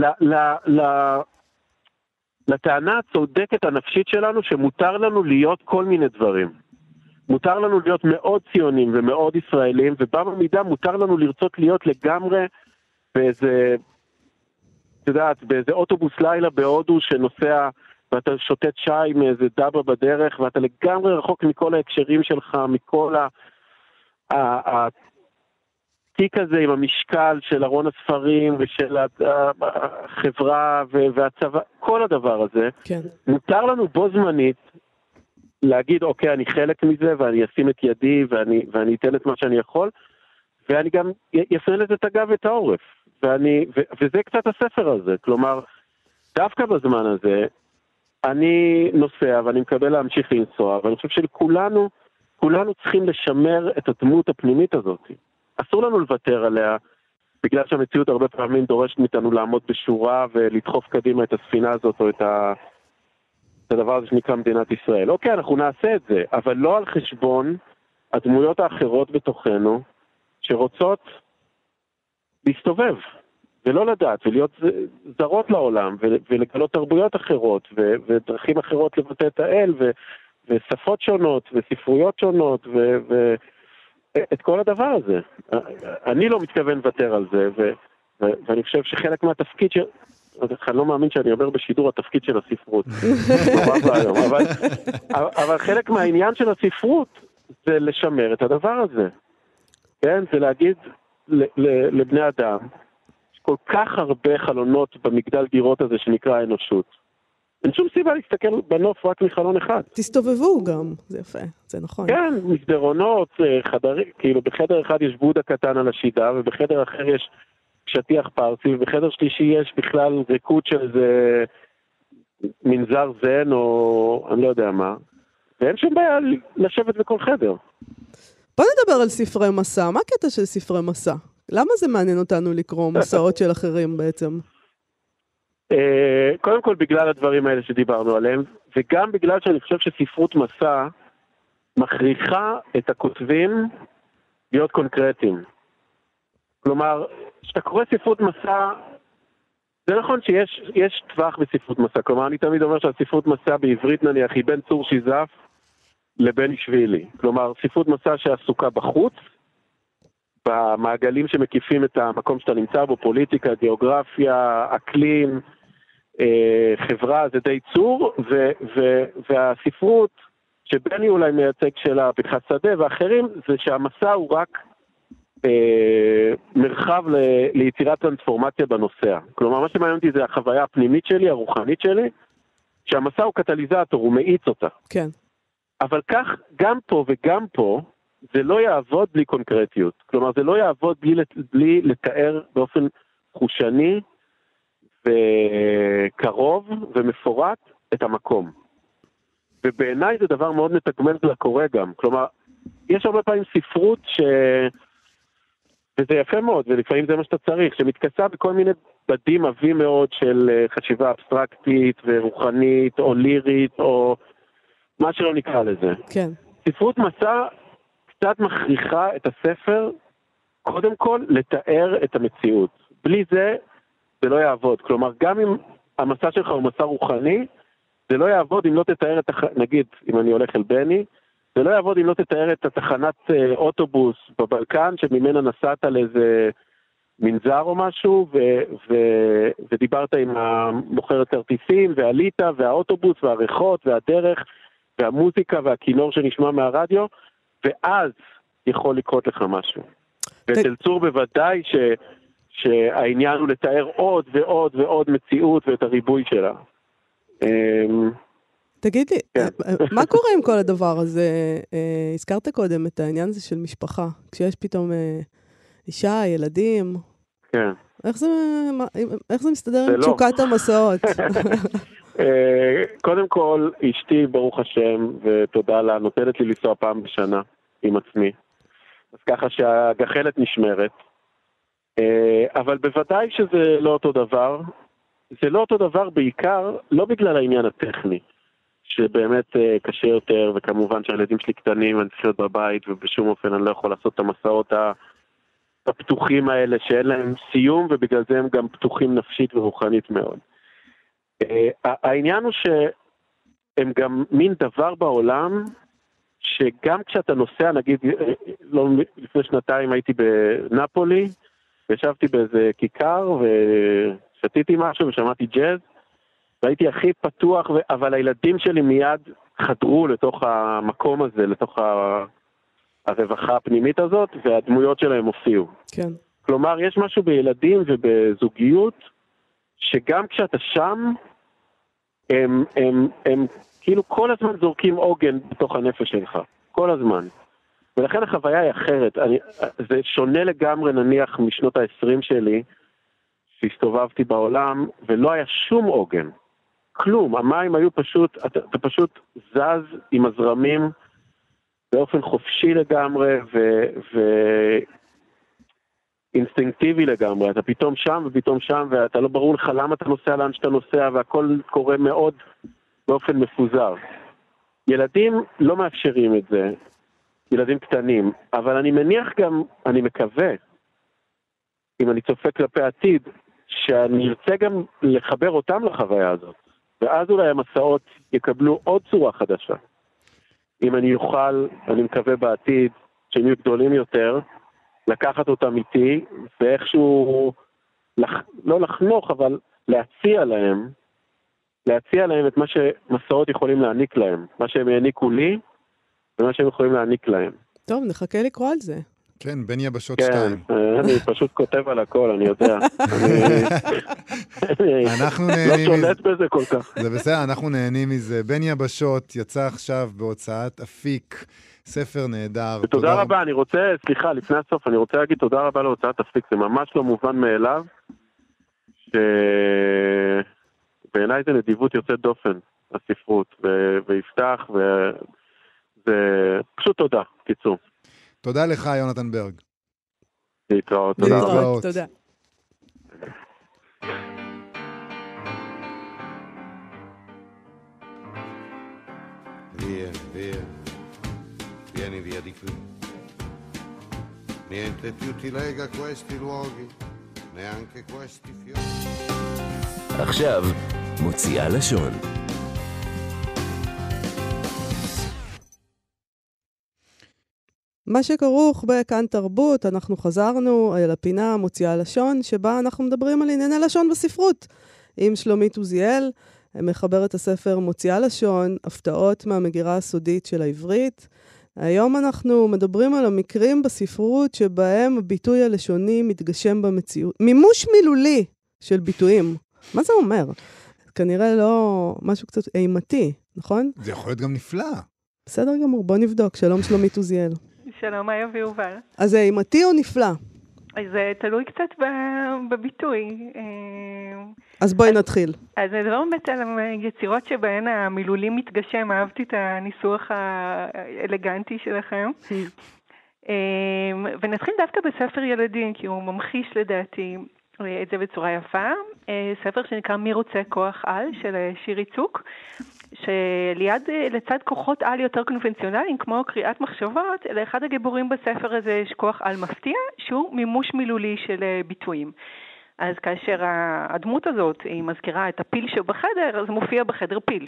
לטענה הצודקת הנפשית שלנו שמותר לנו להיות כל מיני דברים. מותר לנו להיות מאוד ציונים ומאוד ישראלים, ובמידה מותר לנו לרצות להיות לגמרי באיזה, אתה יודעת, באיזה אוטובוס לילה בהודו שנוסע ואתה שוטט שי מאיזה דבה בדרך, ואתה לגמרי רחוק מכל ההקשרים שלך, מכל התיק הזה עם המשקל של ארון הספרים ושל החברה והצבא, כל הדבר הזה. כן. מותר לנו בו זמנית להגיד, אוקיי, אני חלק מזה ואני אשים את ידי ואני אתן את מה שאני יכול, ואני גם יפנה לזה את הגב ואת העורף. וזה קצת הספר הזה. כלומר, דווקא בזמן הזה, אני נוסע ואני מקבל להמשיך לנסוע, ואני חושב שכולנו צריכים לשמר את הדמות הפנימית הזאת. אסור לנו לוותר עליה, בגלל שהמציאות הרבה פעמים דורשת מאיתנו לעמוד בשורה ולדחוף קדימה את הספינה הזאת או את הדבר הזה שנקרא מדינת ישראל. אוקיי, אנחנו נעשה את זה, אבל לא על חשבון הדמויות האחרות בתוכנו שרוצות להסתובב ולא לדעת ולהיות זרות לעולם ולגלות תרבויות אחרות ודרכים אחרות לבטא את האל ושפות שונות וספרויות שונות את כל הדבר הזה. אני לא מתכוון לוותר על זה, ואני חושב שחלק מהתפקיד אני לא מאמין שאני אומר בשידור התפקיד של הספרות. אבל חלק מהעניין של הספרות זה לשמר את הדבר הזה. כן? זה להגיד לבני אדם, יש כל כך הרבה חלונות במגדל דירות הזה שנקרא האנושות. אין שום סיבה להסתכל בנוף רק מחלון אחד. תסתובבו גם, זה יפה, זה נכון. כן, מסדרונות, חדרים, כאילו בחדר אחד יש בודה קטן על השידה, ובחדר אחר יש שטיח פרסי, ובחדר שלישי יש בכלל ריקוד של איזה מנזר זן, או אני לא יודע מה, ואין שום בעיה לשבת בכל חדר. בוא נדבר על ספרי מסע, מה הקטע של ספרי מסע? למה זה מעניין אותנו לקרוא מסעות של אחרים בעצם? קודם כל בגלל הדברים האלה שדיברנו עליהם, וגם בגלל שאני חושב שספרות מסע מכריחה את הכותבים להיות קונקרטיים. כלומר, כשאתה קורא ספרות מסע, זה נכון שיש טווח בספרות מסע. כלומר, אני תמיד אומר שהספרות מסע בעברית נניח היא בין צור שיזף לבין שבילי. כלומר, ספרות מסע שעסוקה בחוץ, במעגלים שמקיפים את המקום שאתה נמצא בו, פוליטיקה, גיאוגרפיה, אקלים, חברה, זה די צור, והספרות שבני אולי מייצג שלה פתחת שדה ואחרים, זה שהמסע הוא רק מרחב ליצירת טרנספורמציה בנוסע. כלומר, מה שמעניין אותי זה החוויה הפנימית שלי, הרוחנית שלי, שהמסע הוא קטליזטור, הוא מאיץ אותה. כן. אבל כך, גם פה וגם פה, זה לא יעבוד בלי קונקרטיות. כלומר, זה לא יעבוד בלי לתאר באופן חושני וקרוב ומפורט את המקום. ובעיניי זה דבר מאוד מתגמל לקורא גם. כלומר, יש הרבה פעמים ספרות וזה יפה מאוד, ולפעמים זה מה שאתה צריך, שמתכסה בכל מיני בדים עבים מאוד של חשיבה אבסטרקטית ורוחנית, או לירית, או מה שלא נקרא לזה. כן. ספרות מסע קצת מכריחה את הספר, קודם כל, לתאר את המציאות. בלי זה, זה לא יעבוד. כלומר, גם אם המסע שלך הוא מסע רוחני, זה לא יעבוד אם לא תתאר נגיד, אם אני הולך אל בני, זה לא יעבוד אם לא תתאר את התחנת אוטובוס בבלקן, שממנה נסעת לאיזה מנזר או משהו, ודיברת עם המוכרת כרטיסים, ועלית, והאוטובוס, והריחות, והדרך, והמוזיקה, והכינור שנשמע מהרדיו, ואז יכול לקרות לך משהו. ואצל צור בוודאי שהעניין הוא לתאר עוד ועוד ועוד מציאות ואת הריבוי שלה. תגיד לי, מה קורה עם כל הדבר הזה? הזכרת קודם את העניין הזה של משפחה, כשיש פתאום אישה, ילדים. כן. איך זה מסתדר עם תשוקת המסעות? קודם כל, אשתי, ברוך השם, ותודה לה, נותנת לי לנסוע פעם בשנה עם עצמי. אז ככה שהגחלת נשמרת. אבל בוודאי שזה לא אותו דבר. זה לא אותו דבר בעיקר, לא בגלל העניין הטכני, שבאמת קשה יותר, וכמובן שהילדים שלי קטנים, אני צריך להיות בבית, ובשום אופן אני לא יכול לעשות את המסעות הפתוחים האלה, שאין להם סיום, ובגלל זה הם גם פתוחים נפשית ורוחנית מאוד. העניין הוא שהם גם מין דבר בעולם, שגם כשאתה נוסע, נגיד, לפני שנתיים הייתי בנפולי, וישבתי באיזה כיכר, ושתיתי משהו ושמעתי ג'אז, והייתי הכי פתוח, אבל הילדים שלי מיד חדרו לתוך המקום הזה, לתוך הרווחה הפנימית הזאת, והדמויות שלהם הופיעו. כן. כלומר, יש משהו בילדים ובזוגיות, שגם כשאתה שם, הם כאילו כל הזמן זורקים עוגן בתוך הנפש שלך. כל הזמן. ולכן החוויה היא אחרת. זה שונה לגמרי, נניח, משנות ה-20 שלי, שהסתובבתי בעולם, ולא היה שום עוגן. כלום. המים היו פשוט, אתה פשוט זז עם הזרמים באופן חופשי לגמרי, אינסטינקטיבי לגמרי. אתה פתאום שם ופתאום שם, ואתה לא ברור לך למה אתה נוסע לאן שאתה נוסע, והכל קורה מאוד באופן מפוזר. ילדים לא מאפשרים את זה, ילדים קטנים, אבל אני מניח גם, אני מקווה, אם אני צופה כלפי עתיד, שאני ארצה גם לחבר אותם לחוויה הזאת, ואז אולי המסעות יקבלו עוד צורה חדשה. אם אני אוכל, אני מקווה בעתיד, שהם יהיו גדולים יותר, לקחת אותם איתי, ואיכשהו, לא לחנוך, אבל להציע להם את מה שמסעות יכולים להעניק להם, מה שהם העניקו לי, ומה שהם יכולים להעניק להם. טוב, נחכה לקרוא על זה. כן, בין יבשות 2. כן, אני פשוט כותב על הכל, אני יודע. אנחנו לא נהנים שולט בזה כל כך. זה בסדר, אנחנו נהנים מזה. בין יבשות יצא עכשיו בהוצאת אפיק, ספר נהדר. ותודה רבה, אני רוצה, סליחה, לפני הסוף, אני רוצה להגיד תודה רבה להוצאת אפיק, זה ממש לא מובן מאליו, שבעיניי זה נדיבות יוצאת דופן, הספרות, ויפתח, וזה פשוט תודה, קיצור. תודה לך, יונתן ברג. להתראות, תודה רבה. להתראות, תודה. Via, via, vieni via di qui. Niente più ti lega questi luoghi, neanche questi fiori. עכשיו, מוציאה לשון. מה שכרוך בכאן תרבות, אנחנו חזרנו אל הפינה מוציאה לשון, שבה אנחנו מדברים על ענייני לשון בספרות. עם שלומית עוזיאל, מחברת הספר מוציאה לשון, הפתעות מהמגירה הסודית של העברית. היום אנחנו מדברים על המקרים בספרות שבהם הביטוי הלשוני מתגשם במציאות. מימוש מילולי של ביטויים. מה זה אומר? כנראה לא משהו קצת אימתי, נכון? זה יכול להיות גם נפלא. בסדר גמור, בוא נבדוק. שלום שלומית עוזיאל. שלום, איה ויובל. אז זה אימתי או נפלא? זה תלוי קצת בביטוי. אז בואי נתחיל. אז זה לא באמת על יצירות שבהן המילולים מתגשם, אהבתי את הניסוח האלגנטי שלכם. ונתחיל דווקא בספר ילדים, כי הוא ממחיש לדעתי את זה בצורה יפה. ספר שנקרא מי רוצה כוח על, של שירי צוק, לצד כוחות על יותר קונבנציונליים, כמו קריאת מחשבות, לאחד הגיבורים בספר הזה יש כוח על מפתיע, שהוא מימוש מילולי של ביטויים. אז כאשר הדמות הזאת היא מזכירה את הפיל שבחדר, אז מופיע בחדר פיל.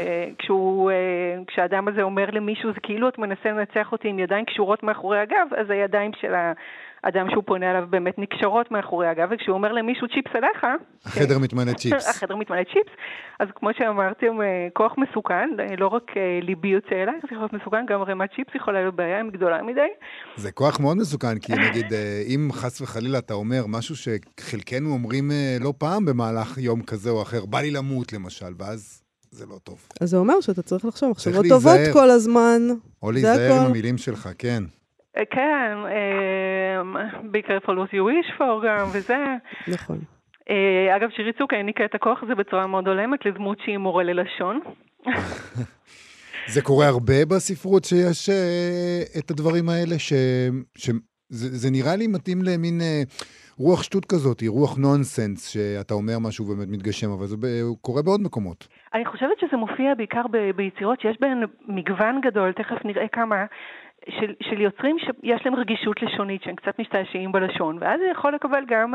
וכשהאדם הזה אומר למישהו, זה כאילו את מנסה לנצח אותי עם ידיים קשורות מאחורי הגב, אז הידיים של האדם שהוא פונה עליו באמת נקשרות מאחורי הגב, וכשהוא אומר למישהו צ'יפס עליך, החדר מתמלא צ'יפס. החדר מתמלא צ'יפס, אז כמו שאמרתם, כוח מסוכן, לא רק ליבי יוצא אליי, זה כוח מסוכן, גם רמת צ'יפס יכולה להיות בעיה עם גדולה מדי. זה כוח מאוד מסוכן, כי נגיד, אם חס וחלילה אתה אומר משהו שחלקנו אומרים לא פעם במהלך יום כזה או אחר, בא לי למות למשל, ואז זה לא טוב. אז זה אומר שאתה צריך לחשוב מחשבות טובות כל הזמן. או להיזהר עם המילים שלך, כן. כן, be careful what you wish for גם, וזה. נכון. אגב, שירי צוק העניקה את הכוח הזה בצורה מאוד הולמת לדמות שהיא מורה ללשון. זה קורה הרבה בספרות שיש את הדברים האלה, שזה נראה לי מתאים למין רוח שטות כזאת, רוח נונסנס, שאתה אומר משהו באמת מתגשם, אבל זה קורה בעוד מקומות. אני חושבת שזה מופיע בעיקר ביצירות שיש בהן מגוון גדול, תכף נראה כמה, של יוצרים שיש להם רגישות לשונית, שהם קצת משתעשעים בלשון, ואז זה יכול לקבל גם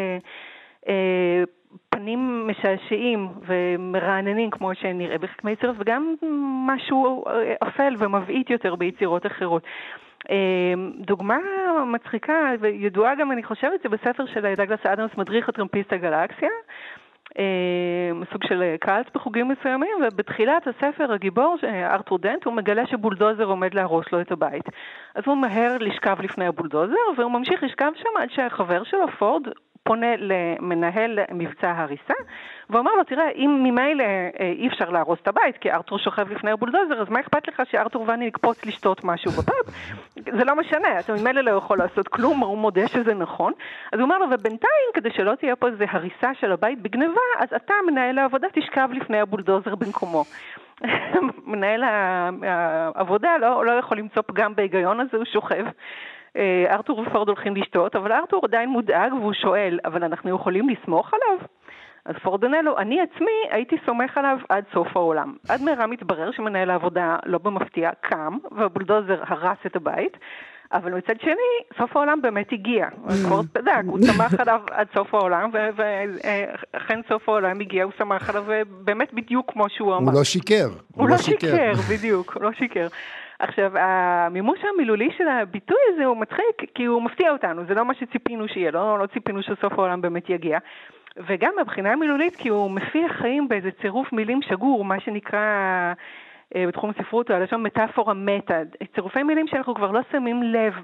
פנים משעשעים ומרעננים, כמו שנראה בחלק מהיצירות, וגם משהו אפל ומבעית יותר ביצירות אחרות. דוגמה מצחיקה וידועה גם, אני חושבת, זה בספר של דגלס אדמס, מדריך הטרמפיסט הגלקסיה, סוג של קאלט בחוגים מסוימים, ובתחילת הספר הגיבור, ארתור דנט, הוא מגלה שבולדוזר עומד להרוס לו את הבית. אז הוא מהר לשכב לפני הבולדוזר, והוא ממשיך לשכב שם עד שהחבר שלו, פורד, פונה למנהל מבצע הריסה, ואומר לו, תראה, אם ממילא אי אפשר להרוס את הבית, כי ארתור שוכב לפני הבולדוזר, אז מה אכפת לך שארתור ואני נקפוץ לשתות משהו בפאב? זה לא משנה, אתה ממילא לא יכול לעשות כלום, הוא מודה שזה נכון. אז הוא אומר לו, ובינתיים, כדי שלא תהיה פה איזו הריסה של הבית בגניבה, אז אתה, מנהל העבודה, תשכב לפני הבולדוזר במקומו. מנהל העבודה לא יכול למצוא פגם בהיגיון הזה, הוא שוכב. ארתור ופורד הולכים לשתות, אבל ארתור עדיין מודאג והוא שואל, אבל אנחנו יכולים לסמוך עליו? אז פורד עונה לו, אני עצמי הייתי סומך עליו עד סוף העולם. עד מהרה מתברר שמנהל העבודה לא במפתיע קם, והבולדוזר הרס את הבית, אבל מצד שני, סוף העולם באמת הגיע. פורד צדק, הוא סמך עליו עד סוף העולם, ואכן סוף העולם הגיע, הוא סמך עליו באמת בדיוק כמו שהוא אמר. הוא לא שיקר. הוא לא שיקר, בדיוק, הוא לא שיקר. עכשיו, המימוש המילולי של הביטוי הזה הוא מצחיק, כי הוא מפתיע אותנו, זה לא מה שציפינו שיהיה, לא ציפינו שסוף העולם באמת יגיע. וגם מבחינה המילולית, כי הוא מפיח חיים באיזה צירוף מילים שגור, מה שנקרא בתחום הספרות, או הלשון מטאפורה מטה, צירופי מילים שאנחנו כבר לא שמים לב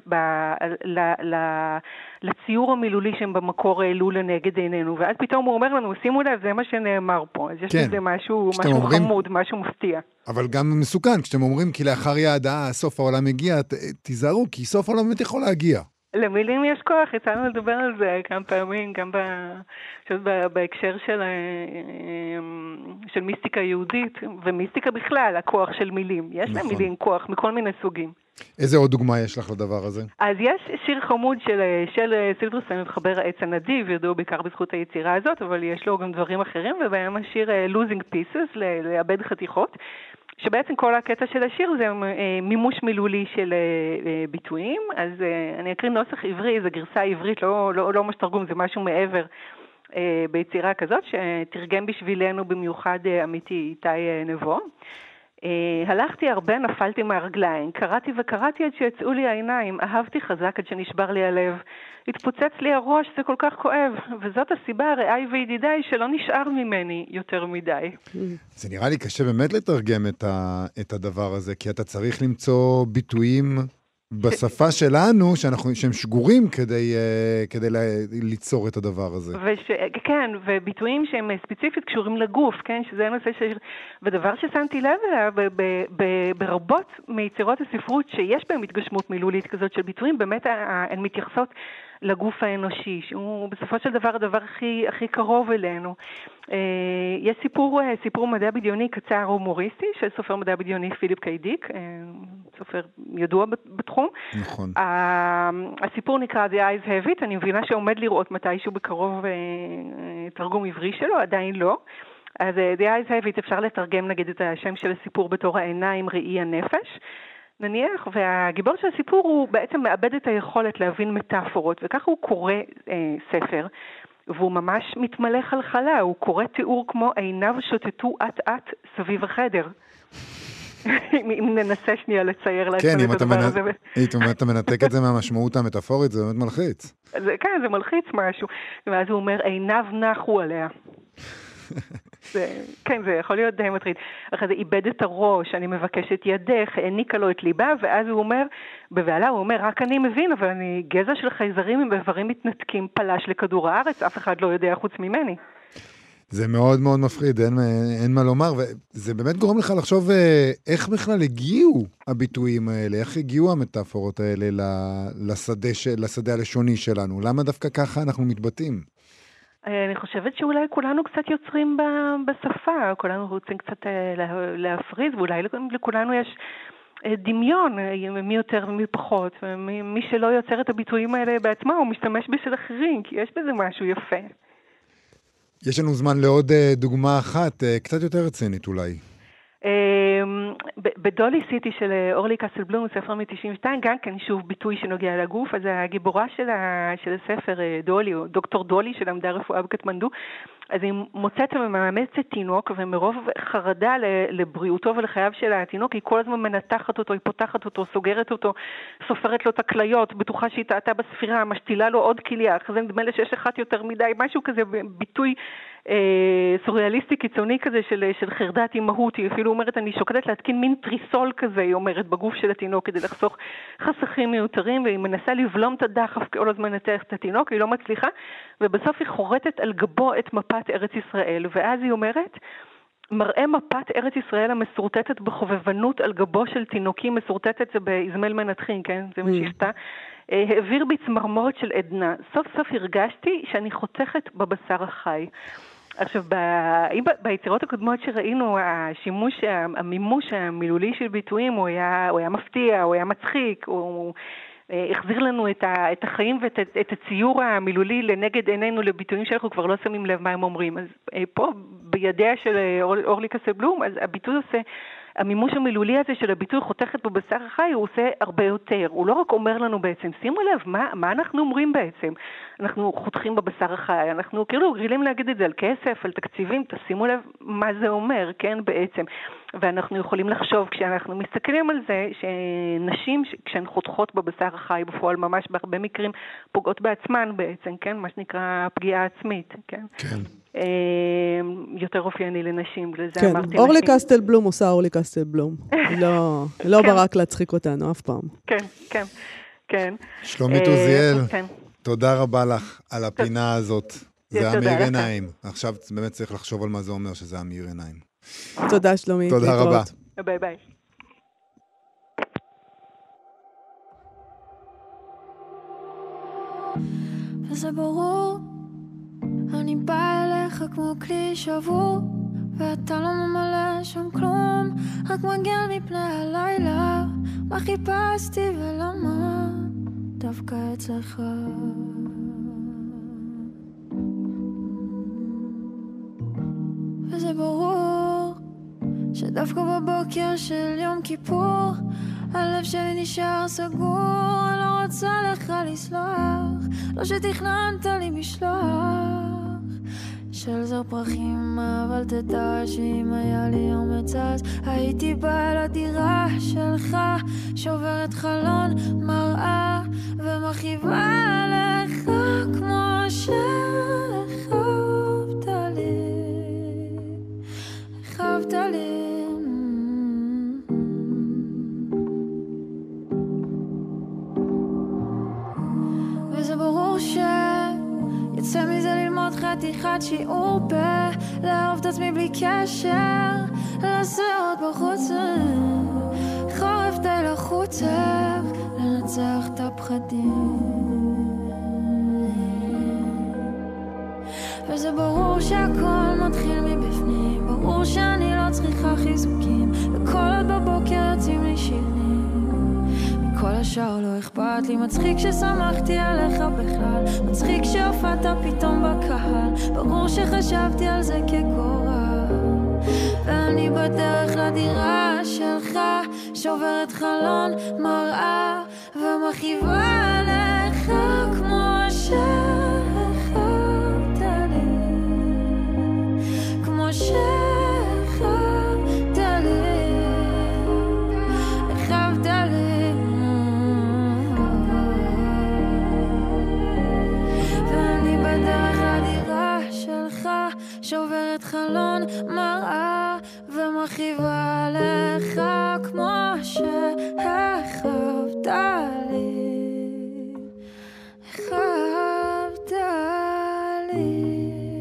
לציור המילולי שהם במקור העלו לנגד עינינו, ואז פתאום הוא אומר לנו, שימו לב, זה מה שנאמר פה, אז יש לזה משהו חמוד, משהו מפתיע. אבל גם מסוכן, כשאתם אומרים כי לאחר יעדה סוף העולם הגיע, תיזהרו, כי סוף העולם באמת יכול להגיע. למילים יש כוח, יצאנו לדבר על זה כמה פעמים, גם בהקשר של מיסטיקה יהודית, ומיסטיקה בכלל, הכוח של מילים. יש להם מילים כוח מכל מיני סוגים. איזה עוד דוגמה יש לך לדבר הזה? אז יש שיר חמוד של סילברסטיין, מחבר העץ הנדיב, ידעו בעיקר בזכות היצירה הזאת, אבל יש לו גם דברים אחרים, ובהם השיר Losing Pieces, לאבד חתיכות, שבעצם כל הקטע של השיר זה מימוש מילולי של ביטויים. אז אני אקריא נוסח עברי, זו גרסה עברית, לא משתרגום, זה משהו מעבר ביצירה כזאת, שתרגם בשבילנו במיוחד עמיתי איתי נבו. הלכתי הרבה, נפלתי מהרגליים, קראתי וקראתי עד שיצאו לי העיניים, אהבתי חזק עד שנשבר לי הלב, התפוצץ לי הראש, זה כל כך כואב, וזאת הסיבה, רעי וידידיי, שלא נשאר ממני יותר מדי. זה נראה לי קשה באמת לתרגם את הדבר הזה, כי אתה צריך למצוא ביטויים בשפה שלנו, שהם שגורים כדי ליצור את הדבר הזה. כן, וביטויים שהם ספציפית קשורים לגוף, כן, שזה נושא ודבר ששמתי לב אליו, ברבות מיצירות הספרות שיש בהם התגשמות מילולית כזאת של ביטויים, באמת הן מתייחסות לגוף האנושי, שהוא בסופו של דבר הדבר הכי קרוב אלינו. יש סיפור מדע בדיוני קצר הומוריסטי של סופר מדע בדיוני פיליפ קיי דיק, סופר ידוע בתחום. נכון. הסיפור נקרא The Eyes Have It, אני מבינה שעומד לראות מתישהו בקרוב תרגום עברי שלו, עדיין לא. אז The Eyes Have It אפשר לתרגם נגיד את השם של הסיפור בתור העיניים ראי הנפש. נניח, והגיבור של הסיפור הוא בעצם מאבד את היכולת להבין מטאפורות, וככה הוא קורא ספר, והוא ממש מתמלא חלחלה, הוא קורא תיאור כמו עיניו שוטטו אט-אט סביב החדר. אם ננסה שנייה לצייר לעצמנו את הדבר הזה. כן, אם אתה מנתק את זה מהמשמעות המטאפורית, זה באמת מלחיץ. כן, זה מלחיץ משהו. ואז הוא אומר, עיניו נחו עליה. כן, זה יכול להיות די מטריד. אחרי זה איבד את הראש, אני מבקש את ידך, העניקה לו את ליבה, ואז הוא אומר, בבעלה הוא אומר, רק אני מבין, אבל אני גזע של חייזרים עם איברים מתנתקים פלש לכדור הארץ, אף אחד לא יודע חוץ ממני. זה מאוד מאוד מפחיד, אין מה לומר, וזה באמת גורם לך לחשוב איך בכלל הגיעו הביטויים האלה, איך הגיעו המטאפורות האלה לשדה הלשוני שלנו, למה דווקא ככה אנחנו מתבטאים? אני חושבת שאולי כולנו קצת יוצרים בשפה, כולנו רוצים קצת להפריז, ואולי לכולנו יש דמיון, מי יותר ומי פחות, ומי שלא יוצר את הביטויים האלה בעצמו, הוא משתמש בשל אחרים, כי יש בזה משהו יפה. יש לנו זמן לעוד דוגמה אחת, קצת יותר רצינית אולי. בדולי סיטי של אורלי קסלבלום, ספר מ-92, גם כן שוב ביטוי שנוגע לגוף, אז הגיבורה של הספר, דולי, או דוקטור דולי שלמדה רפואה בקטמנדו, אז היא מוצאת ומאמצת תינוק, ומרוב חרדה לבריאותו ולחייו של התינוק, היא כל הזמן מנתחת אותו, היא פותחת אותו, סוגרת אותו, סופרת לו את הכליות, בטוחה שהיא טעתה בספירה, משתילה לו עוד כליה, אחרי זה נדמה לי שיש אחת יותר מדי, משהו כזה, ביטוי סוריאליסטי קיצוני כזה של חרדת אימהות. היא אפילו אומרת, אני שוקלת להתקין מין טריסול כזה, היא אומרת, בגוף של התינוק, כדי לחסוך חסכים מיותרים, והיא מנסה לבלום את הדחף כל הזמן לנתח את התינוק, היא לא מצליחה, ובסוף היא חורטת על גבו את מפת ארץ ישראל, ואז היא אומרת, מראה מפת ארץ ישראל המסורטטת בחובבנות על גבו של תינוקים, מסורטטת זה באזמל מנתחים, כן? זה משפטה. העביר בי צמרמורת של עדנה. סוף סוף הרגשתי שאני חותכת בבשר החי. עכשיו, ביצירות הקודמות שראינו, המימוש המילולי של ביטויים, הוא היה מפתיע, הוא היה מצחיק, הוא החזיר לנו את החיים ואת הציור המילולי לנגד עינינו לביטויים שאנחנו כבר לא שמים לב מה הם אומרים. אז פה, בידיה של אורלי קסלבלום, אז הביטוי עושה, המימוש המילולי הזה של הביטוי חותכת בבשר החי, הוא עושה הרבה יותר. הוא לא רק אומר לנו בעצם, שימו לב, מה אנחנו אומרים בעצם? אנחנו חותכים בבשר החי, אנחנו כאילו רגילים להגיד את זה על כסף, על תקציבים, תשימו לב מה זה אומר, כן, בעצם. ואנחנו יכולים לחשוב, כשאנחנו מסתכלים על זה, שנשים, כשהן חותכות בבשר החי, בפועל ממש בהרבה מקרים פוגעות בעצמן בעצם, כן? מה שנקרא פגיעה עצמית, כן? כן. יותר אופייני לנשים, לזה כן, אמרתי אורלי נשים. קסטלבלום עושה אורלי קסטלבלום. לא ברק להצחיק אותנו אף פעם. כן, כן, כן. שלומית עוזיאל, תודה רבה לך על הפינה הזאת. זה אמיר עיניים. עכשיו באמת צריך לחשוב על מה זה אומר שזה אמיר עיניים. תודה שלומית. תודה רבה. ביי ביי. וזה ברור, אני באה אליך כמו כלי שבור, ואתה לא ממלא שום כלום, רק מגן מפני הלילה. מה חיפשתי ולמה דווקא אצלך? וזה ברור שדווקא בבוקר של יום כיפור הלב שלי נשאר סגור. אני לא רוצה לך לסלוח, לא שתכננת לי משלוח של זר פרחים, אבל תדע שאם היה לי יום מצאז הייתי באה לדירה שלך, שוברת חלון מראה ומחיבה לך כמו שחבת לי, חבת לי. וזה ברור שיצא מזה ללמוד חתיכת שיעור לאהוב את עצמי בלי קשר, לעשות בחוץ חורף די לחוצך, לנצח את הפחדים. זה ברור שהכל מתחיל מבפנים, ברור שאני לא צריכה חיזוקים, וכל עוד בבוקר יוצאים לי שירים, מכל השאר לא אכפת לי. מצחיק ששמחתי עליך בכלל, מצחיק שהופעת פתאום בקהל, ברור שחשבתי על זה כגורל, ואני בדרך לדירה שלך, שוברת חלון מראה ומכיבה לך כמו שחבת לי, כמו שחבת לי, חבת לי. ואני בדרך לדירה שלך, שוברת חלון מראה ומכיבה לך כמו שחבת לי, חבת לי.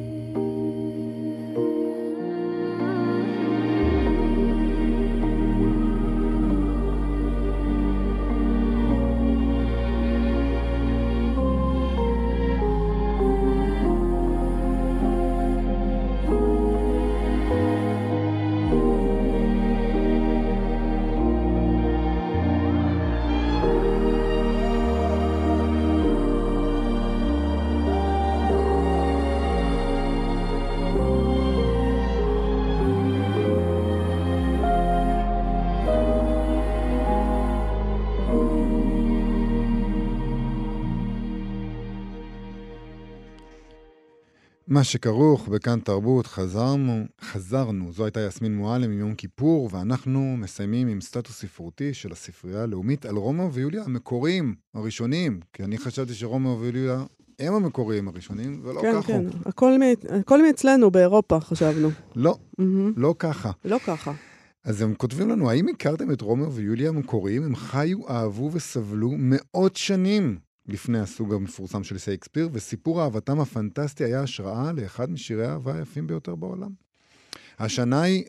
מה שכרוך בכאן תרבות, חזרנו. זו הייתה יסמין מועלם עם יום כיפור, ואנחנו מסיימים עם סטטוס ספרותי של הספרייה הלאומית על רומאו ויוליה המקוריים, הראשונים, כי אני חשבתי שרומאו ויוליה הם המקוריים הראשונים, ולא כן, ככה. כן, הכל מאצלנו באירופה, חשבנו. לא, לא ככה. לא ככה. אז הם כותבים לנו, האם הכרתם את רומאו ויוליה המקוריים? הם חיו, אהבו וסבלו מאות שנים לפני הסוג המפורסם של שייקספיר, וסיפור אהבתם הפנטסטי היה השראה לאחד משירי האהבה היפים ביותר בעולם. השנה היא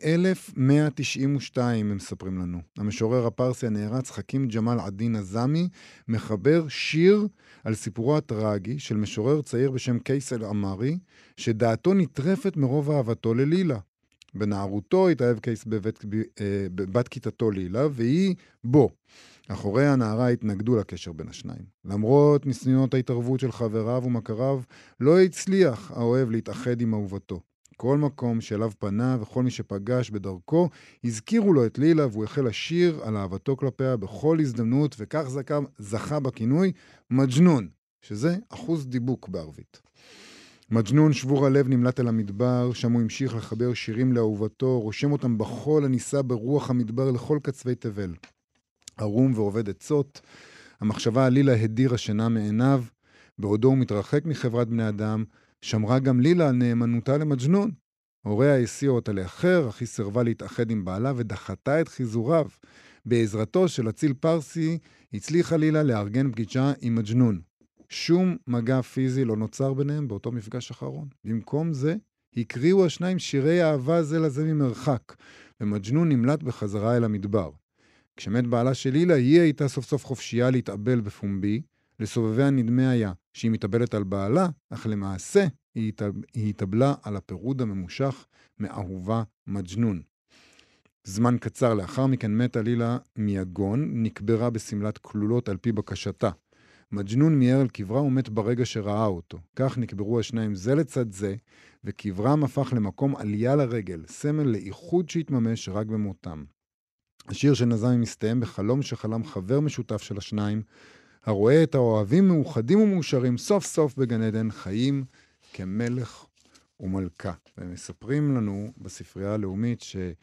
1192, הם מספרים לנו. המשורר הפרסי הנערץ חכים ג'מאל עדין הזמי מחבר שיר על סיפורו הטרגי של משורר צעיר בשם קייס אל-עמרי, שדעתו נטרפת מרוב אהבתו ללילה. בנערותו התאהב קייס בבת כיתתו לילה, והיא בו. אחורי הנערה התנגדו לקשר בין השניים. למרות ניסיונות ההתערבות של חבריו ומכריו, לא הצליח האוהב להתאחד עם אהובתו. כל מקום שאליו פנה וכל מי שפגש בדרכו, הזכירו לו את לילה, והוא החל לשיר על אהבתו כלפיה בכל הזדמנות, וכך זכה בכינוי מג'נון, שזה אחוז דיבוק בערבית. מג'נון שבור הלב נמלט אל המדבר, שם הוא המשיך לחבר שירים לאהובתו, רושם אותם בחול הניסה ברוח המדבר לכל קצווי תבל. ערום ועובד עצות, המחשבה על לילה הדירה שינה מעיניו, בעודו הוא מתרחק מחברת בני אדם, שמרה גם לילה על נאמנותה למג'נון. הוריה הסיעו אותה לאחר, אך היא סירבה להתאחד עם בעלה ודחתה את חיזוריו. בעזרתו של אציל פרסי הצליחה לילה לארגן פגישה עם מג'נון. שום מגע פיזי לא נוצר ביניהם באותו מפגש אחרון. במקום זה, הקריאו השניים שירי אהבה זה לזה ממרחק, ומג'נון נמלט בחזרה אל המדבר. כשמת בעלה של לילה, היא הייתה סוף סוף חופשייה להתאבל בפומבי, לסובביה נדמה היה שהיא מתאבלת על בעלה, אך למעשה היא התאבלה על הפירוד הממושך מאהובה מג'נון. זמן קצר לאחר מכן מתה לילה מיגון, נקברה בסמלת כלולות על פי בקשתה. מג'נון מיהר על קברה ומת ברגע שראה אותו. כך נקברו השניים זה לצד זה, וקברם הפך למקום עלייה לרגל, סמל לאיחוד שהתממש רק במותם. השיר של נזמי מסתיים בחלום שחלם חבר משותף של השניים, הרואה את האוהבים מאוחדים ומאושרים סוף סוף בגן עדן, חיים כמלך ומלכה. והם מספרים לנו בספרייה הלאומית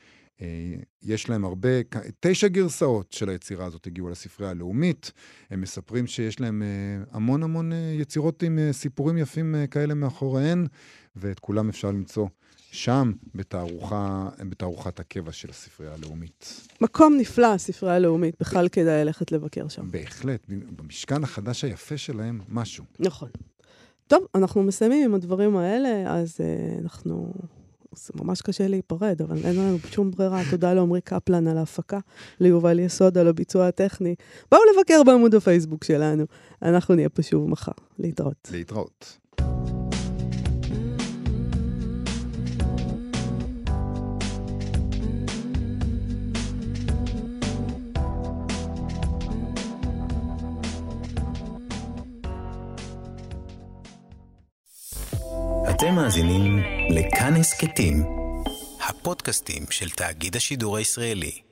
שיש להם 9 גרסאות של היצירה הזאת הגיעו לספרייה הלאומית. הם מספרים שיש להם המון יצירות עם סיפורים יפים כאלה מאחוריהן, ואת כולם אפשר למצוא שם בתערוכת הקבע של הספרייה הלאומית. מקום נפלא, הספרייה הלאומית, בכלל כדאי ללכת לבקר שם. בהחלט, במשכן החדש היפה שלהם, משהו. נכון. טוב, אנחנו מסיימים עם הדברים האלה, אז זה ממש קשה להיפרד, אבל אין לנו שום ברירה. תודה לעומרי קפלן על ההפקה, ליובל יסוד על הביצוע הטכני. בואו לבקר בעמוד הפייסבוק שלנו. אנחנו נהיה פה שוב מחר. להתראות. להתראות. אתם מאזינים לכאן הסכתים, הפודקאסטים של תאגיד השידור הישראלי.